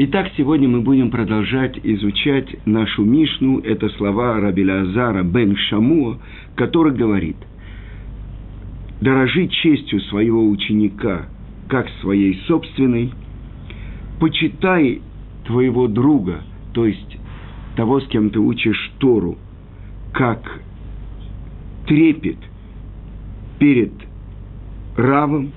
Итак, сегодня мы будем продолжать изучать нашу Мишну. Это слова раби Элиазара бен Шамуа, который говорит: «Дорожи честью своего ученика, как своей собственной, почитай твоего друга, то есть того, с кем ты учишь Тору, как трепет перед равом,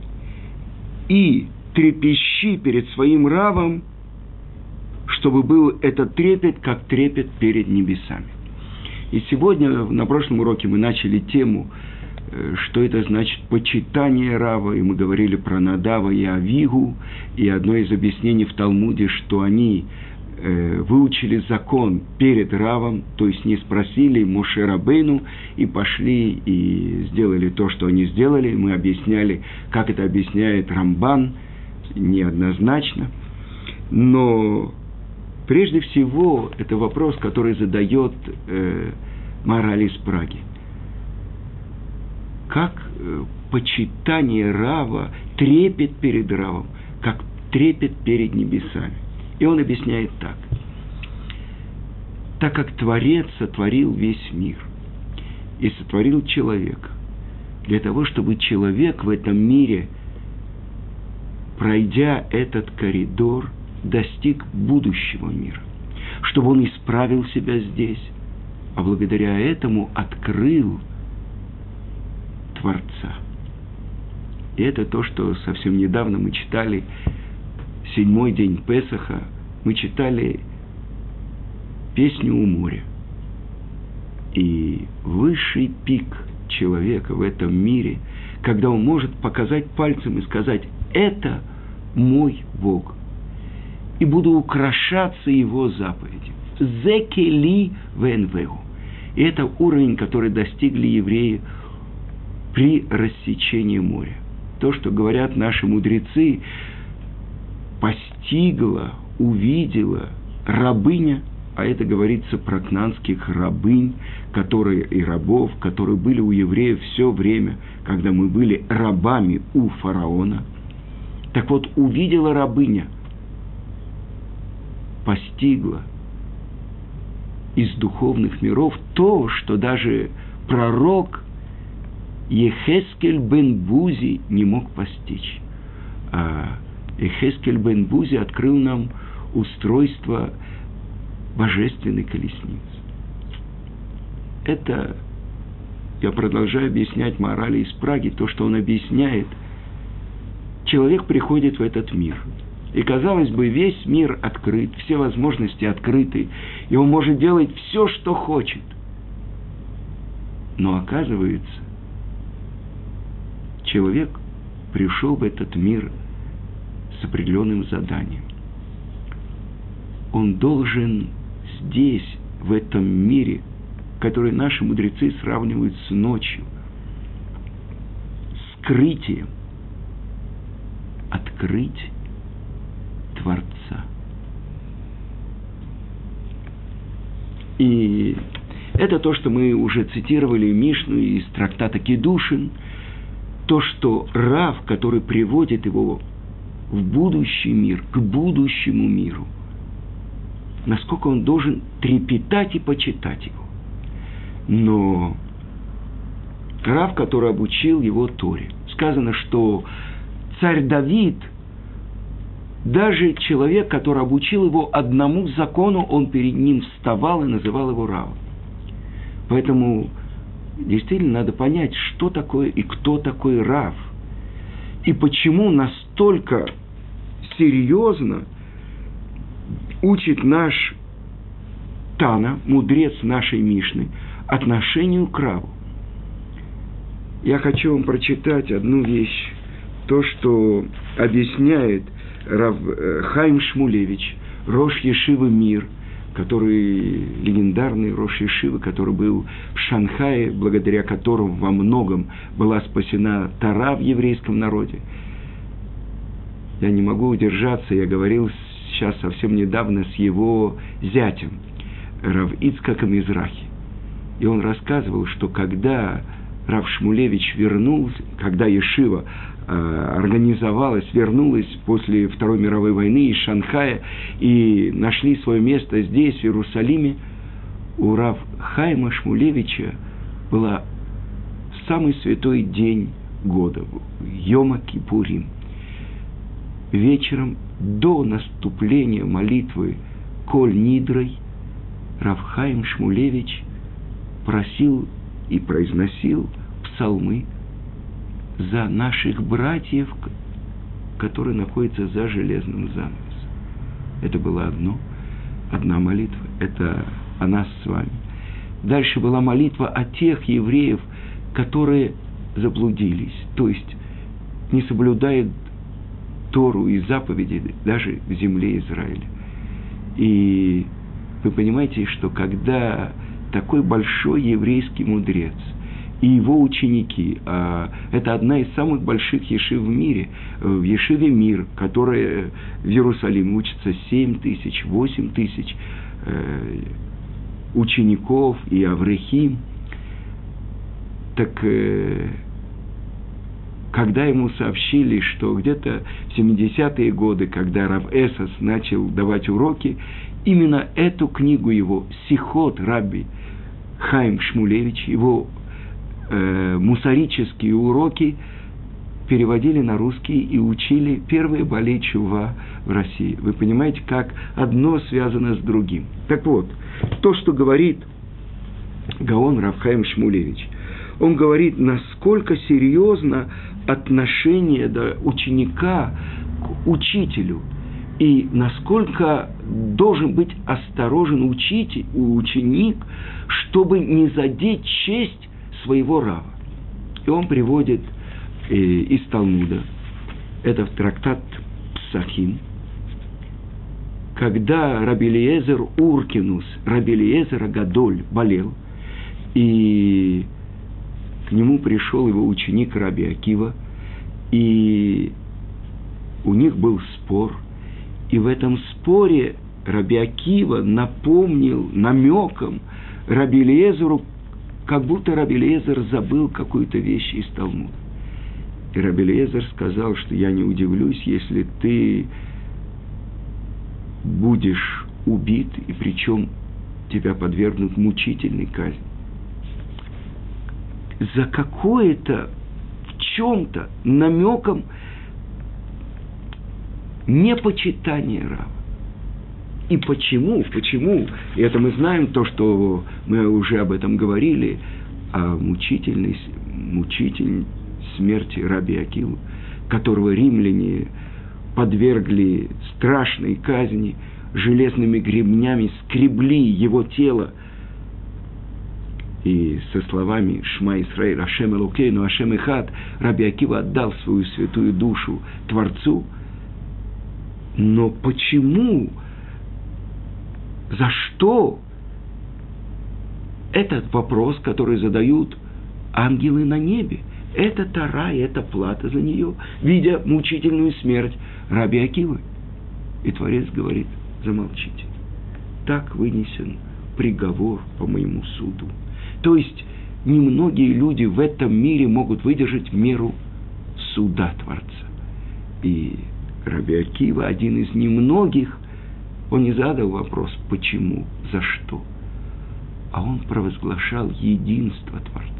и трепещи перед своим равом, чтобы был этот трепет, как трепет перед небесами». И сегодня, на прошлом уроке, мы начали тему, что это значит почитание рава, и мы говорили про Надава и Авигу, и одно из объяснений в Талмуде, что они выучили закон перед равом, то есть не спросили Моше Рабейну и пошли и сделали то, что они сделали. Мы объясняли, как это объясняет Рамбан, неоднозначно. Но прежде всего это вопрос, который задает Маораль из Праги. Как почитание рава, трепет перед равом, как трепет перед небесами. И он объясняет так. Так как Творец сотворил весь мир и сотворил человека, для того, чтобы человек в этом мире, пройдя этот коридор, достиг будущего мира, чтобы он исправил себя здесь, а благодаря этому открыл Творца. И это то, что совсем недавно мы читали, 7-й день Песаха, мы читали песню у моря. И высший пик человека в этом мире, когда он может показать пальцем и сказать: «Это мой Бог, и буду украшаться Его заповедью». «Зекели венвегу». И это уровень, который достигли евреи при рассечении моря. То, что говорят наши мудрецы, постигла, увидела рабыня, а это говорится про кнаанских рабынь, которые и рабов, которые были у евреев все время, когда мы были рабами у фараона. Так вот, увидела рабыня, постигла из духовных миров то, что даже пророк Ехескель бен Бузи не мог постичь. А Ехескель бен Бузи открыл нам устройство божественной колесницы. Это, я продолжаю объяснять Маорали из Праги, то, что он объясняет. Человек приходит в этот мир, и, казалось бы, весь мир открыт, все возможности открыты, и он может делать все, что хочет. Но оказывается, человек пришел в этот мир с определенным заданием. Он должен здесь, в этом мире, который наши мудрецы сравнивают с ночью, скрытием, открыть Творца. И это то, что мы уже цитировали Мишну из трактата Кидушин, то, что Рав, который приводит его в будущий мир, к будущему миру, насколько он должен трепетать и почитать его. Но Рав, который обучил его Торе, сказано, что царь Давид, даже человек, который обучил его одному закону, он перед ним вставал и называл его Равом. Поэтому действительно надо понять, что такое и кто такой Рав. И почему настолько серьезно учит наш Тана, мудрец нашей Мишны, отношению к Раву. Я хочу вам прочитать одну вещь, то, что объясняет Рав Хаим Шмулевич, рош Ешивы Мир, который легендарный рош Ешивы, который был в Шанхае, благодаря которому во многом была спасена Тора в еврейском народе. Я не могу удержаться, я говорил сейчас совсем недавно с его зятем, Рав Ицхаком Мизрахи. И он рассказывал, что когда Рав Шмулевич вернулся, когда Ешива организовалась, вернулась после Второй мировой войны из Шанхая и нашли свое место здесь, в Иерусалиме, у Рав Хаима Шмулевича был самый святой день года, Йома Кипурим. Вечером, до наступления молитвы Коль Нидрой, Рав Хаим Шмулевич просил и произносил псалмы за наших братьев, которые находятся за железным занавесом. Это была одна молитва, это о нас с вами. Дальше была молитва о тех евреев, которые заблудились, то есть не соблюдают Тору и заповеди даже в земле Израиля. И вы понимаете, что когда такой большой еврейский мудрец и его ученики, это одна из самых больших ешив в мире, в Ешиве Мир, которая в Иерусалиме учится 7 тысяч, 8 тысяч учеников и аврехим, так когда ему сообщили, что где-то в 70-е годы, когда Рав Эсос начал давать уроки, именно эту книгу его, Сихот Рабби Хаим Шмулевич, его мусарические уроки переводили на русский и учили первые Балей Тшува в России. Вы понимаете, как одно связано с другим. Так вот, то, что говорит Гаон Рав Хаим Шмулевич, он говорит, насколько серьезно отношение ученика к учителю, и насколько должен быть осторожен ученик, чтобы не задеть честь своего рава. И он приводит из Талмуда, это трактат Псахим, когда Раби Элиезер Уркинус, Раби Элиезер Агадоль болел, и к нему пришел его ученик Раби Акива, и у них был спор, и в этом споре Раби Акива напомнил намеком Раби Элиезеру, как будто Раби Элиезер забыл какую-то вещь из Талмуда. И Раби Элиезер сказал, что я не удивлюсь, если ты будешь убит, и причем тебя подвергнут мучительной казни. За какое-то, в чем-то, намеком непочитание рава. И почему? И это мы знаем, то, что мы уже об этом говорили, о мучительной смерти Раби Акивы, которого римляне подвергли страшной казни, железными гребнями скребли его тело. И со словами «Шма Исраэль, Ашем Элокейну, Ашем Эхад» Раби Акива отдал свою святую душу Творцу. Но почему? За что? Этот вопрос, который задают ангелы на небе. Это тара, и это плата за нее, видя мучительную смерть Раби Акивы. И Творец говорит: замолчите. Так вынесен приговор по моему суду. То есть, немногие люди в этом мире могут выдержать меру суда Творца. И Раби Акива, один из немногих, он не задал вопрос, почему, за что, а он провозглашал единство Творца.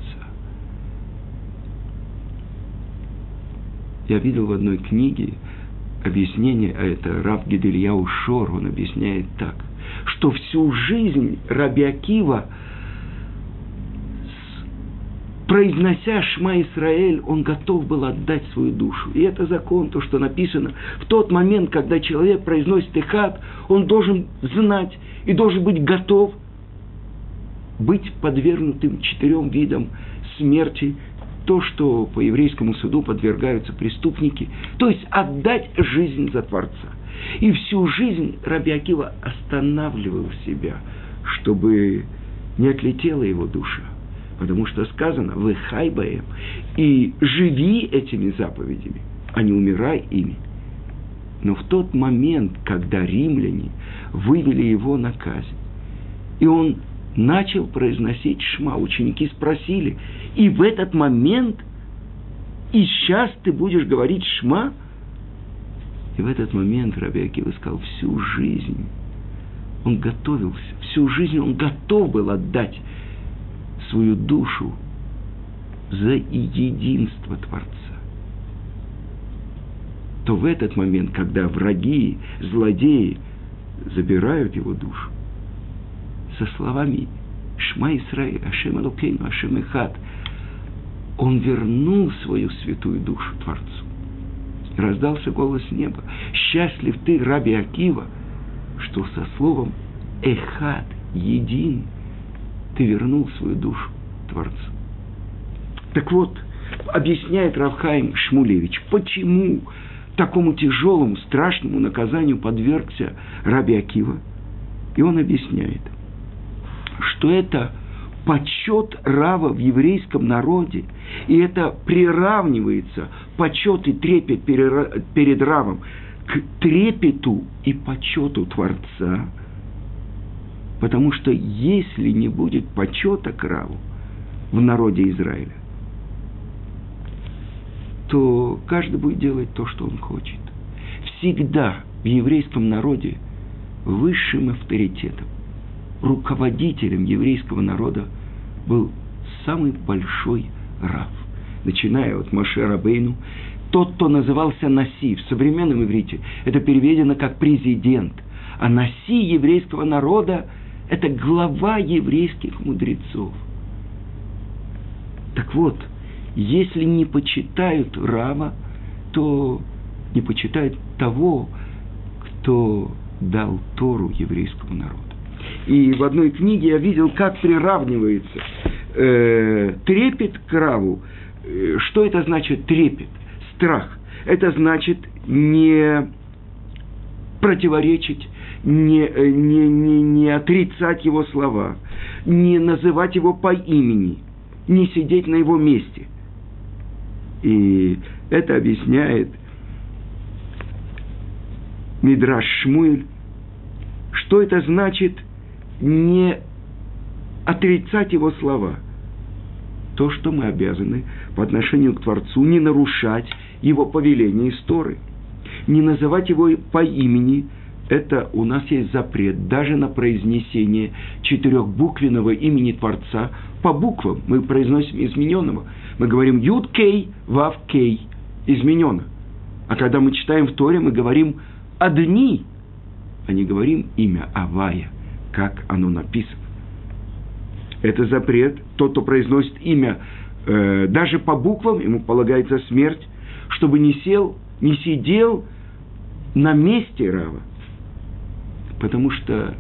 Я видел в одной книге объяснение, а это Рав Гедельяу Шор, он объясняет так, что всю жизнь Раби Акива, произнося Шма Исраэль, он готов был отдать свою душу. И это закон, то, что написано. В тот момент, когда человек произносит Эхад, он должен знать и должен быть готов быть подвергнутым 4 видам смерти, то, что по еврейскому суду подвергаются преступники, то есть отдать жизнь за Творца. И всю жизнь Раби Акива останавливал себя, чтобы не отлетела его душа. Потому что сказано «Вэхай баэм» и живи этими заповедями, а не умирай ими. Но в тот момент, когда римляне вывели его на казнь, и он начал произносить шма. Ученики спросили, и в этот момент, и сейчас ты будешь говорить шма? И в этот момент Раби Акива сказал, всю жизнь он готовился, всю жизнь он готов был отдать свою душу за единство Творца. То в этот момент, когда враги, злодеи забирают его душу, со словами «Шма Исраэль, Ашем Элокейну, Ашем Эхад», он вернул свою святую душу Творцу. И раздался голос неба: «Счастлив ты, Раби Акива, что со словом «Эхад», «един», ты вернул свою душу Творцу». Так вот, объясняет Рав Хаим Шмулевич, почему такому тяжелому, страшному наказанию подвергся Раби Акива. И он объясняет, что это почет Рава в еврейском народе, и это приравнивается, почет и трепет перед Равом, к трепету и почету Творца, потому что если не будет почета к Раву в народе Израиля, то каждый будет делать то, что он хочет. Всегда в еврейском народе высшим авторитетом, руководителем еврейского народа был самый большой Рав. Начиная от Моше Рабейну, тот, кто назывался Наси, в современном иврите это переведено как президент, а Наси еврейского народа – это глава еврейских мудрецов. Так вот, если не почитают Рава, то не почитают того, кто дал Тору еврейскому народу. И в одной книге я видел, как приравнивается трепет к Раву. Что это значит трепет? Страх. Это значит не противоречить, не отрицать его слова, не называть его по имени, не сидеть на его месте. И это объясняет Мидраш Шмуэль, что это значит не отрицать его слова. То, что мы обязаны по отношению к Творцу не нарушать его повеления из Торы, не называть его по имени. Это у нас есть запрет даже на произнесение четырехбуквенного имени Творца по буквам. Мы произносим измененного. Мы говорим Юд Кей, Вав Кей, измененно. А когда мы читаем в Торе, мы говорим Адни, а не говорим имя Авая, как оно написано. Это запрет. Тот, кто произносит имя даже по буквам, ему полагается смерть, чтобы не сидел на месте Рава. Потому что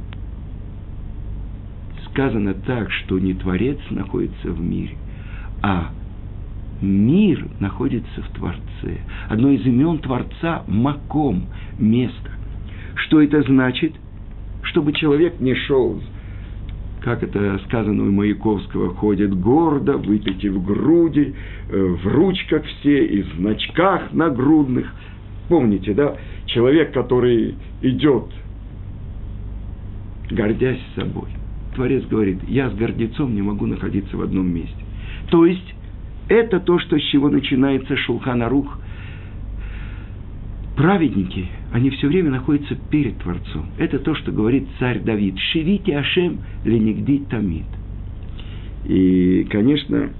сказано так, что не Творец находится в мире, а мир находится в Творце. Одно из имен Творца – Маком, место. Что это значит? Чтобы человек не шел, как это сказано у Маяковского, ходит гордо, выпитив груди, в ручках все и в значках нагрудных. Помните, да? Человек, который идет, гордясь собой. Творец говорит: я с гордецом не могу находиться в одном месте. То есть, это то, с чего начинается Шулхан Арух. Праведники, они все время находятся перед Творцом. Это то, что говорит царь Давид. «Шивити Ашем ленигди тамид». И, конечно,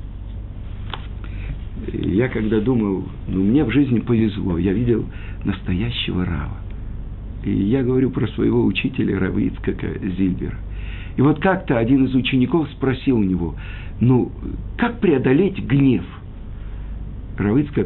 я когда думал, мне в жизни повезло, я видел настоящего Рава. И я говорю про своего учителя Рава Ицхака Зильбера. И вот как-то один из учеников спросил у него: как преодолеть гнев? Рав Ицхак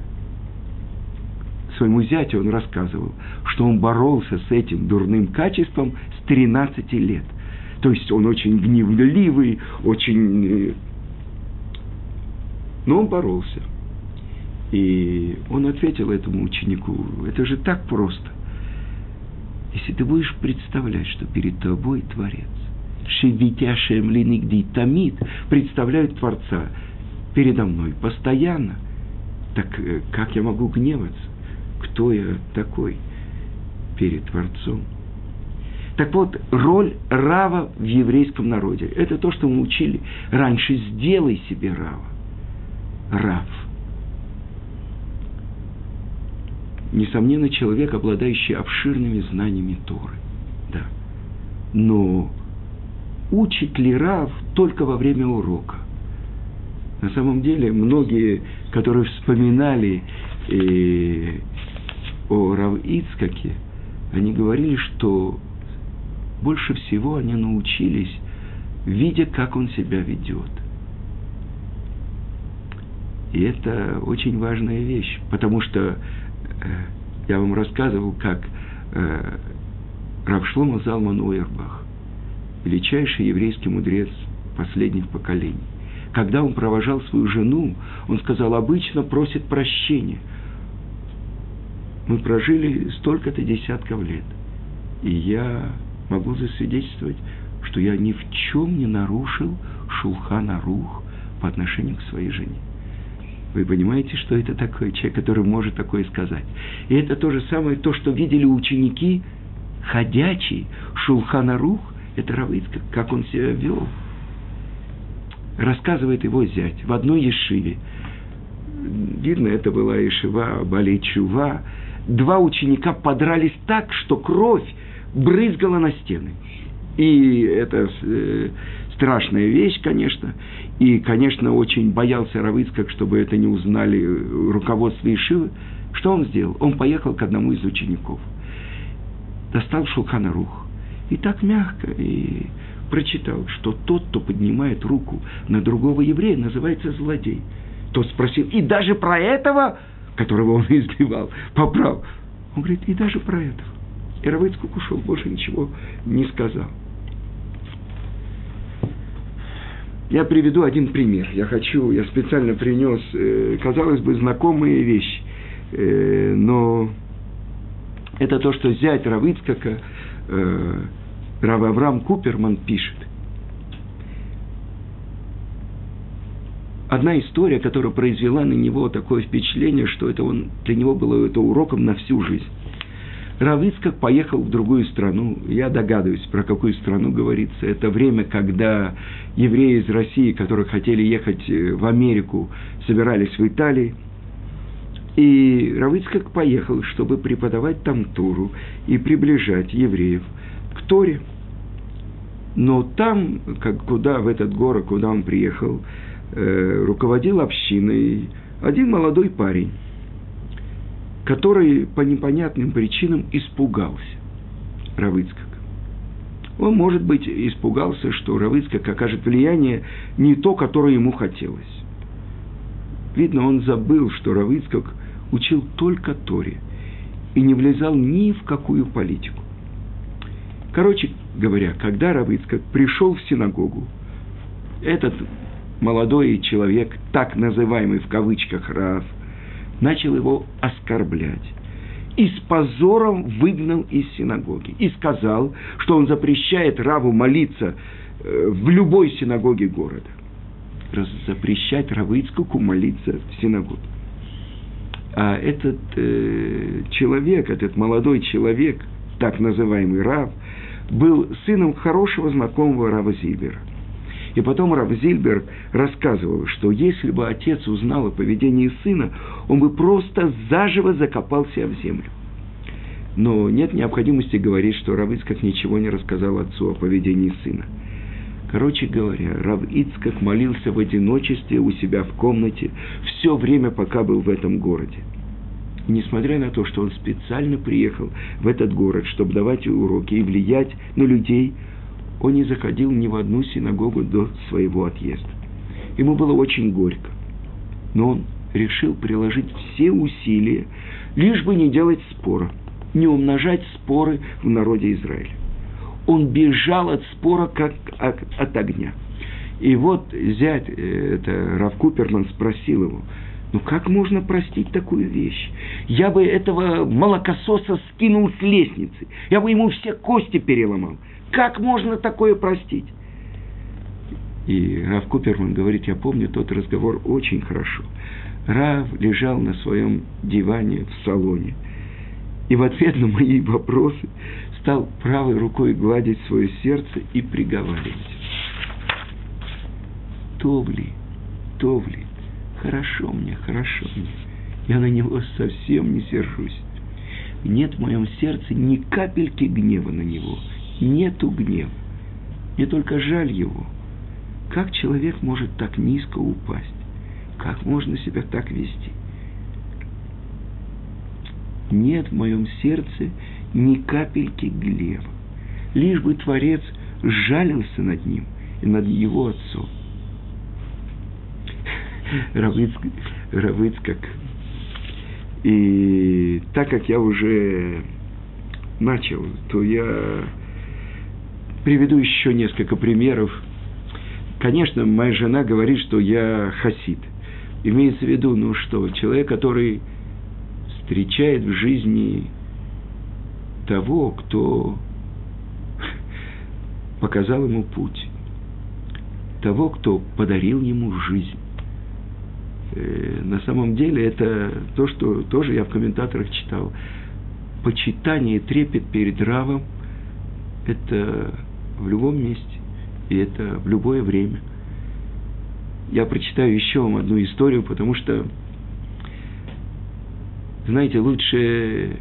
своему зятю он рассказывал, что он боролся с этим дурным качеством с 13 лет. То есть он очень гневливый, очень... Но он боролся. И он ответил этому ученику: это же так просто. Если ты будешь представлять, что перед тобой Творец, Шивити Ашем ленигди тамид, представляют Творца передо мной постоянно, так как я могу гневаться? Кто я такой перед Творцом? Так вот, роль рава в еврейском народе – это то, что мы учили раньше. Сделай себе рава. Рав. Несомненно, человек, обладающий обширными знаниями Торы. Да. Но учит ли рав только во время урока? На самом деле, многие, которые вспоминали о Рав Ицхаке, они говорили, что больше всего они научились, видя, как он себя ведет. И это очень важная вещь, потому что я вам рассказывал, как Рав Шломо Залман Ойербах, величайший еврейский мудрец последних поколений, когда он провожал свою жену, он сказал, обычно просит прощения. Мы прожили столько-то десятков лет, и я могу засвидетельствовать, что я ни в чем не нарушил Шулхан Арух по отношению к своей жене. Вы понимаете, что это такое человек, который может такое сказать? И это то же самое, то, что видели ученики, ходячий Шулхан Арух, это Рав Ицхак, как он себя вел. Рассказывает его зять в одной ешиве. Видно, это была ешива Балей Чува. 2 ученика подрались так, что кровь брызгала на стены. И это страшная вещь, конечно. И, конечно, очень боялся Рав Ицхак, чтобы это не узнали руководство ешивы. Что он сделал? Он поехал к одному из учеников. Достал Шулхан Арух. И так мягко и прочитал, что тот, кто поднимает руку на другого еврея, называется злодей. Тот спросил, и даже про этого, которого он избивал, поправ. Он говорит, и даже про этого. И Рав Ицхак ушел, больше ничего не сказал. Я приведу один пример. Я специально принес, казалось бы, знакомые вещи. Но это то, что зять Рав Ицхака, Рав Авраам Куперман пишет. Одна история, которая произвела на него такое впечатление, что для него было это уроком на всю жизнь. Рав Ицхак поехал в другую страну. Я догадываюсь, про какую страну говорится. Это время, когда евреи из России, которые хотели ехать в Америку, собирались в Италии. И Рав Ицхак поехал, чтобы преподавать там Тору и приближать евреев к Торе. Но там, в этот город, куда он приехал, руководил общиной один молодой парень, который по непонятным причинам испугался Рав Ицхака. Он, может быть, испугался, что Рав Ицхак окажет влияние не то, которое ему хотелось. Видно, он забыл, что Рав Ицхак учил только Торе и не влезал ни в какую политику. Короче говоря, когда Рав Ицхак пришел в синагогу, этот молодой человек, так называемый в кавычках Рав, начал его оскорблять. И с позором выгнал из синагоги. И сказал, что он запрещает Раву молиться в любой синагоге города. Запрещать Раву Ицхаку молиться в синагоге. А этот человек, этот молодой человек, так называемый Рав, был сыном хорошего знакомого Рава Зильбера. И потом Рав Зильбер рассказывал, что если бы отец узнал о поведении сына, он бы просто заживо закопал себя в землю. Но нет необходимости говорить, что Рав Ицхак ничего не рассказал отцу о поведении сына. Короче говоря, Рав Ицхак молился в одиночестве у себя в комнате все время, пока был в этом городе. И несмотря на то, что он специально приехал в этот город, чтобы давать уроки и влиять на людей, он не заходил ни в одну синагогу до своего отъезда. Ему было очень горько. Но он решил приложить все усилия, лишь бы не делать спора, не умножать споры в народе Израиля. Он бежал от спора, как от огня. И вот зять, это Рав Куперман, спросил его, как можно простить такую вещь? Я бы этого молокососа скинул с лестницы, я бы ему все кости переломал. Как можно такое простить? И Рав Куперман говорит, я помню тот разговор очень хорошо. Рав лежал на своем диване в салоне. И в ответ на мои вопросы стал правой рукой гладить свое сердце и приговаривать. Товли, хорошо мне. Я на него совсем не сержусь. Нет в моем сердце ни капельки гнева на него. Нету гнева. Мне только жаль его. Как человек может так низко упасть? Как можно себя так вести? Нет в моем сердце ни капельки гнева. Лишь бы Творец сжалился над ним и над его отцом. Рав Ицхак. И так как я уже начал, то я приведу еще несколько примеров. Конечно, моя жена говорит, что я хасид. Имеется в виду, человек, который встречает в жизни того, кто показал ему путь, того, кто подарил ему жизнь. На самом деле это то, что тоже я в комментаторах читал. Почитание и трепет перед Равом – это в любом месте, и это в любое время. Я прочитаю еще вам одну историю, потому что, знаете, лучше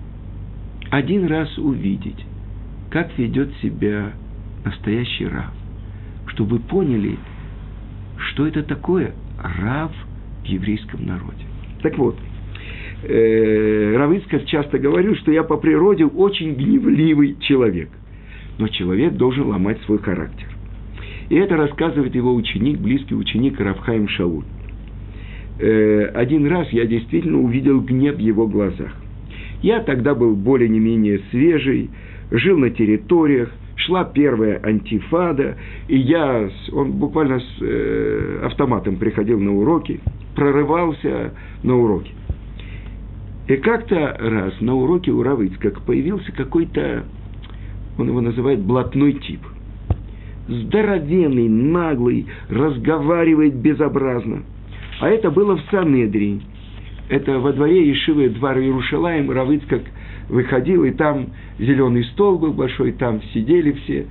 один раз увидеть, как ведет себя настоящий Рав, чтобы вы поняли, что это такое Рав в еврейском народе. Так вот, Рав Ицхак часто говорил, что я по природе очень гневливый человек, но человек должен ломать свой характер. И это рассказывает его ученик, близкий ученик Рав Хаим Шауль. Один раз я действительно увидел гнев в его глазах. Я тогда был более не менее свежий, жил на территориях, шла первая антифада, и он буквально с автоматом приходил на уроки, прорывался на уроки. И как-то раз на уроке у Рава Ицхака появился какой-то, он его называет блатной тип. Здоровенный, наглый, разговаривает безобразно. А это было в Санедрии. Это во дворе Ешивы Двар Иерушалаим. Рав Ицхак выходил, и там зеленый стол был большой, там сидели все.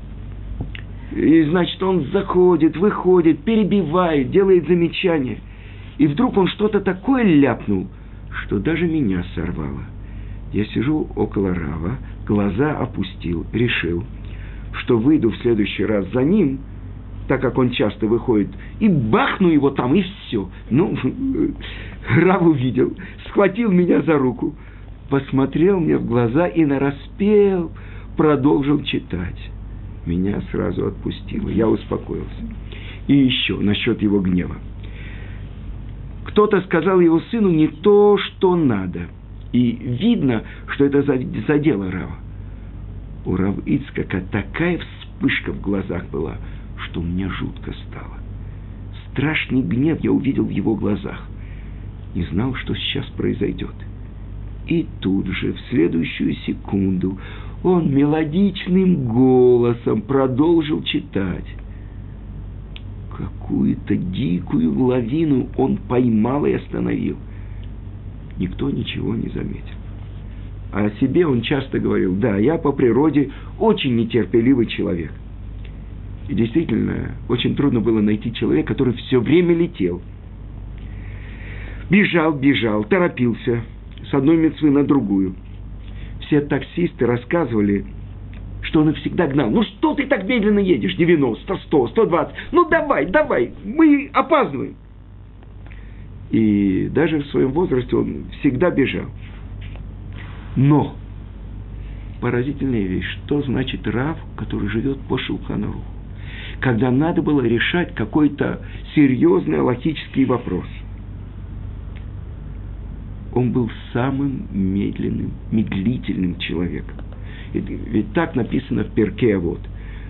И, значит, он заходит, выходит, перебивает, делает замечания. И вдруг он что-то такое ляпнул, что даже меня сорвало. Я сижу около Рава, глаза опустил, решил, что выйду в следующий раз за ним, так как он часто выходит, и бахну его там, и все. Рав увидел, схватил меня за руку, посмотрел мне в глаза и нараспев продолжил читать. Меня сразу отпустило, я успокоился. И еще насчет его гнева. Кто-то сказал его сыну не то, что надо. И видно, что это задело Рава. У Рав Ицхака такая вспышка в глазах была, что мне жутко стало. Страшный гнев я увидел в его глазах. Не знал, что сейчас произойдет. И тут же, в следующую секунду, он мелодичным голосом продолжил читать. Какую-то дикую лавину он поймал и остановил. Никто ничего не заметил. А о себе он часто говорил: да, я по природе очень нетерпеливый человек. И действительно, очень трудно было найти человека, который все время летел. Бежал, торопился с одной мицвы на другую. Все таксисты рассказывали, что он их всегда гнал. Что ты так медленно едешь? 90, 100, 120. Давай, мы опаздываем. И даже в своем возрасте он всегда бежал. Но поразительная вещь, что значит Рав, который живет по Шулхан Аруху, когда надо было решать какой-то серьезный логический вопрос. Он был самым медлительным человеком. Ведь так написано в Перкей Авот.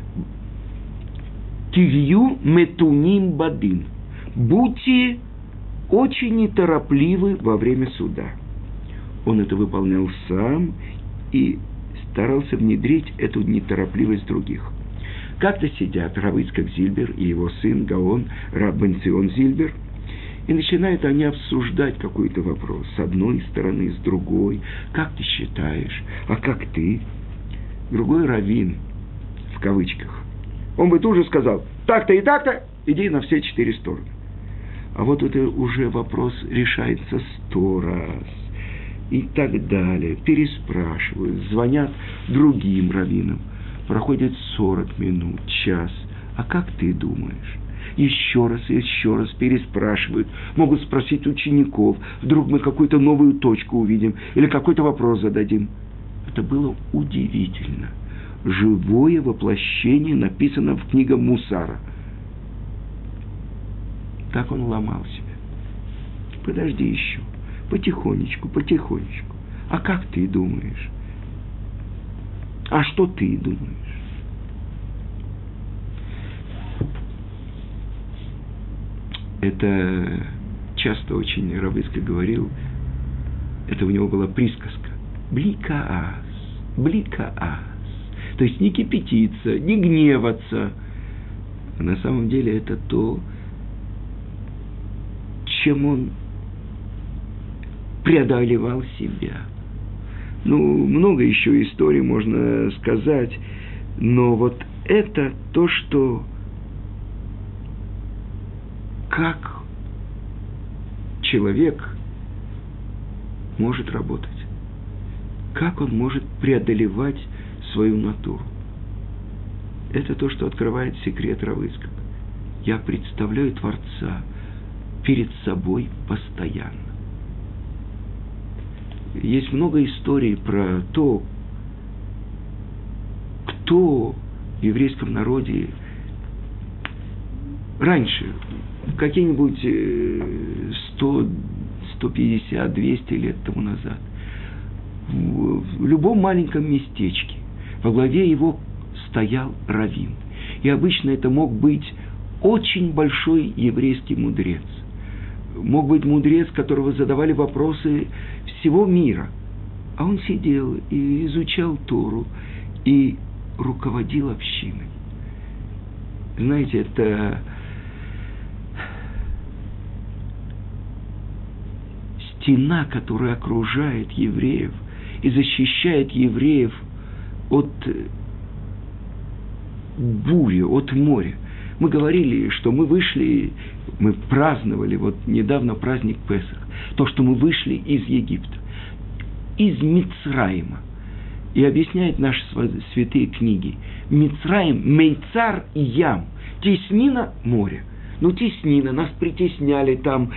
Тивью метуним бадин. Будьте очень неторопливы во время суда. Он это выполнял сам и старался внедрить эту неторопливость других. Как-то сидят Рав Ицхак Зильбер и его сын Гаон Рав Бен Цион Зильбер, И начинают они обсуждать какой-то вопрос с одной стороны, с другой. Как ты считаешь? А как ты? Другой раввин, в кавычках, он бы тут же сказал: так-то и так-то, иди на все 4 стороны. А вот это уже вопрос решается 100 раз. И так далее. Переспрашивают, звонят другим раввинам. Проходит 40 минут, час. А как ты думаешь? Еще раз переспрашивают. Могут спросить учеников. Вдруг мы какую-то новую точку увидим. Или какой-то вопрос зададим. Это было удивительно. Живое воплощение написано в книге Мусара. Так он ломал себя. Подожди еще. Потихонечку. А как ты думаешь? А что ты думаешь? Это часто очень Рав Ицхак говорил, это у него была присказка. Бликаас. То есть не кипятиться, не гневаться. А на самом деле это то, чем он преодолевал себя. Много еще историй можно сказать, но вот это то, что как человек может работать, как он может преодолевать свою натуру. Это то, что открывает секрет Рав Ицхака. Я представляю Творца перед собой постоянно. Есть много историй про то, кто в еврейском народе раньше, какие-нибудь 100, 150, 200 лет тому назад, в любом маленьком местечке во главе его стоял раввин. И обычно это мог быть очень большой еврейский мудрец. Мог быть мудрец, которого задавали вопросы всего мира. А он сидел и изучал Тору, и руководил общиной. Знаете, это стена, которая окружает евреев и защищает евреев от бури, от моря. Мы говорили, что мы праздновали, недавно праздник Песах, то, что мы вышли из Египта, из Мицраима. И объясняют наши святые книги. Мицраим, Мейцар и Ям. Теснина моря. Теснина, нас притесняли там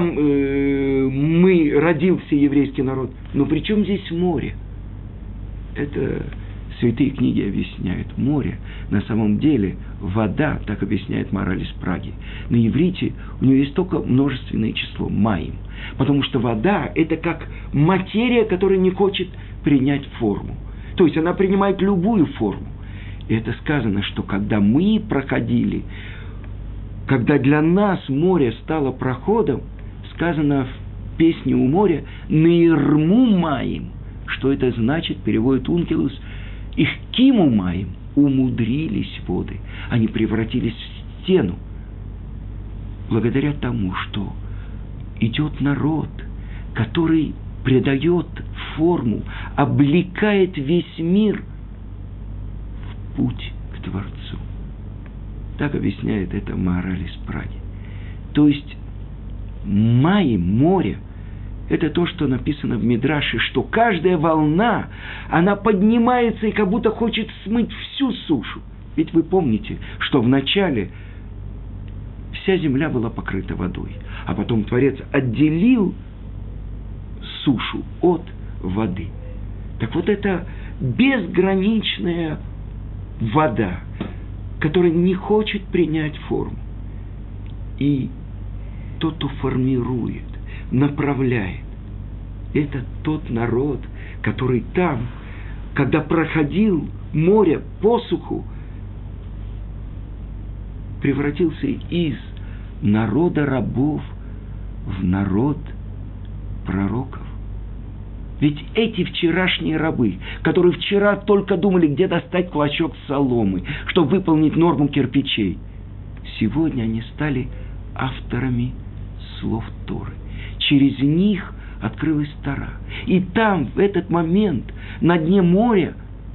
родился еврейский народ. Но при чем здесь море? Это святые книги объясняют. Море, на самом деле, вода, так объясняет мораль из Праги. На иврите у нее есть только множественное число, маим. Потому что вода – это как материя, которая не хочет принять форму. То есть она принимает любую форму. И это сказано, что когда мы проходили, когда для нас море стало проходом, сказано в песне у моря «Наирму маим». Что это значит, переводит Ункилус, «Их киму маим», умудрились воды, они превратились в стену. Благодаря тому, что идет народ, который придает форму, облекает весь мир в путь к Творцу. Так объясняет это мораль из Праги. То есть море, это то, что написано в Мидраше, что каждая волна, она поднимается и как будто хочет смыть всю сушу. Ведь вы помните, что вначале вся земля была покрыта водой, а потом Творец отделил сушу от воды. Так вот это безграничная вода, которая не хочет принять форму. И тот, кто формирует, направляет, это тот народ, который там, когда проходил море по суху, превратился из народа рабов в народ пророков. Ведь эти вчерашние рабы, которые вчера только думали, где достать клочок соломы, чтобы выполнить норму кирпичей, сегодня они стали авторами слов Торы. Через них открылась Тора. И там, в этот момент, на дне моря,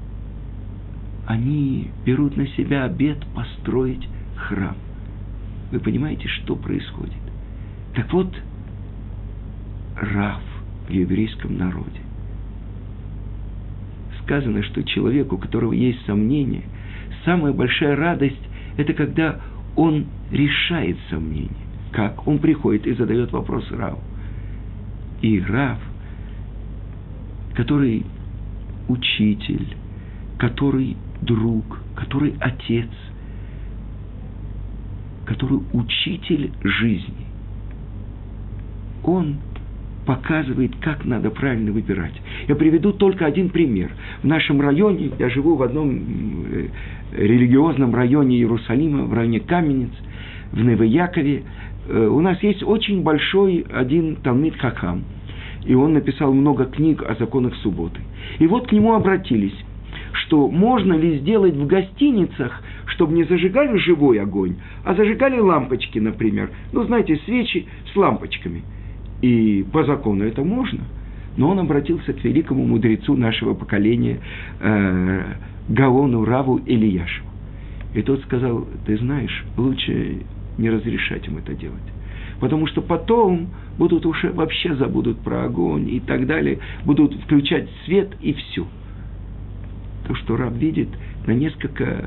они берут на себя обет построить храм. Вы понимаете, что происходит? Так вот, Рав в еврейском народе. Сказано, что человеку, у которого есть сомнения, самая большая радость – это когда он решает сомнения. Как? Он приходит и задает вопрос Раву. И Рав, который учитель, который друг, который отец, который учитель жизни, он показывает, как надо правильно выбирать. Я приведу только один пример. В нашем районе, я живу в одном религиозном районе Иерусалима, в районе Каменец, в Неве-Якове. У нас есть очень большой один Талмид Хахам, и он написал много книг о законах субботы. И вот к нему обратились, что можно ли сделать в гостиницах, чтобы не зажигали живой огонь, а зажигали лампочки, например. Ну, знаете, свечи с лампочками. И по закону это можно. Но он обратился к великому мудрецу нашего поколения, Гаону Раву Элияшеву. И тот сказал: ты знаешь, лучше не разрешать им это делать. Потому что потом будут уже вообще забудут про огонь и так далее, будут включать свет и все. То, что Рав видит, на несколько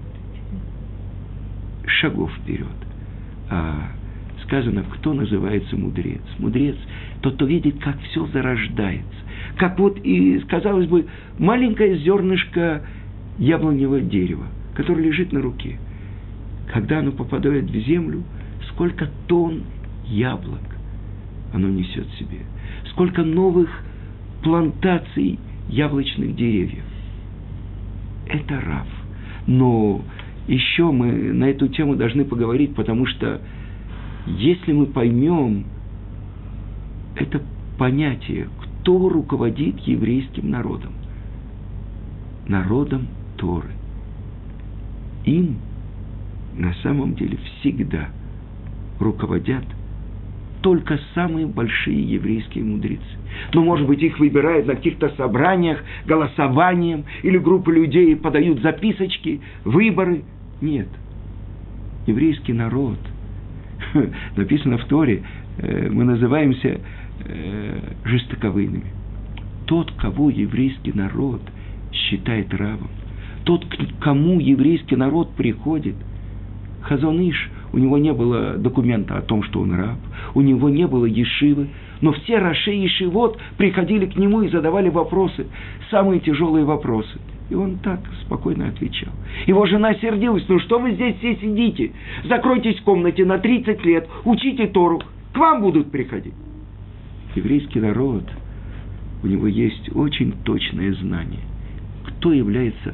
шагов вперед. Сказано, кто называется мудрец. Мудрец – тот, кто видит, как все зарождается. Как вот, и, казалось бы, маленькое зернышко яблоневого дерева, которое лежит на руке. Когда оно попадает в землю, сколько тонн яблок оно несет в себе. Сколько новых плантаций яблочных деревьев. Это Рав. Но еще мы на эту тему должны поговорить, потому что если мы поймем это понятие, кто руководит еврейским народом? Народом Торы. Им на самом деле всегда руководят только самые большие еврейские мудрецы. Но, может быть, их выбирают на каких-то собраниях, голосованием, или группы людей подают записочки, выборы. Нет. Еврейский народ, написано в Торе, мы называемся жестоковыйными. Тот, кого еврейский народ считает равом, тот, к кому еврейский народ приходит, Хазон Иш, у него не было документа о том, что он раб, у него не было ешивы, но все раши ешивот приходили к нему и задавали вопросы, самые тяжелые вопросы. И он так спокойно отвечал. Его жена сердилась: ну что вы здесь все сидите? Закройтесь в комнате на 30 лет, учите Тору, к вам будут приходить. Еврейский народ, у него есть очень точное знание, кто является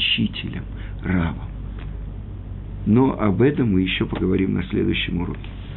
учителем, равом. Но об этом мы еще поговорим на следующем уроке.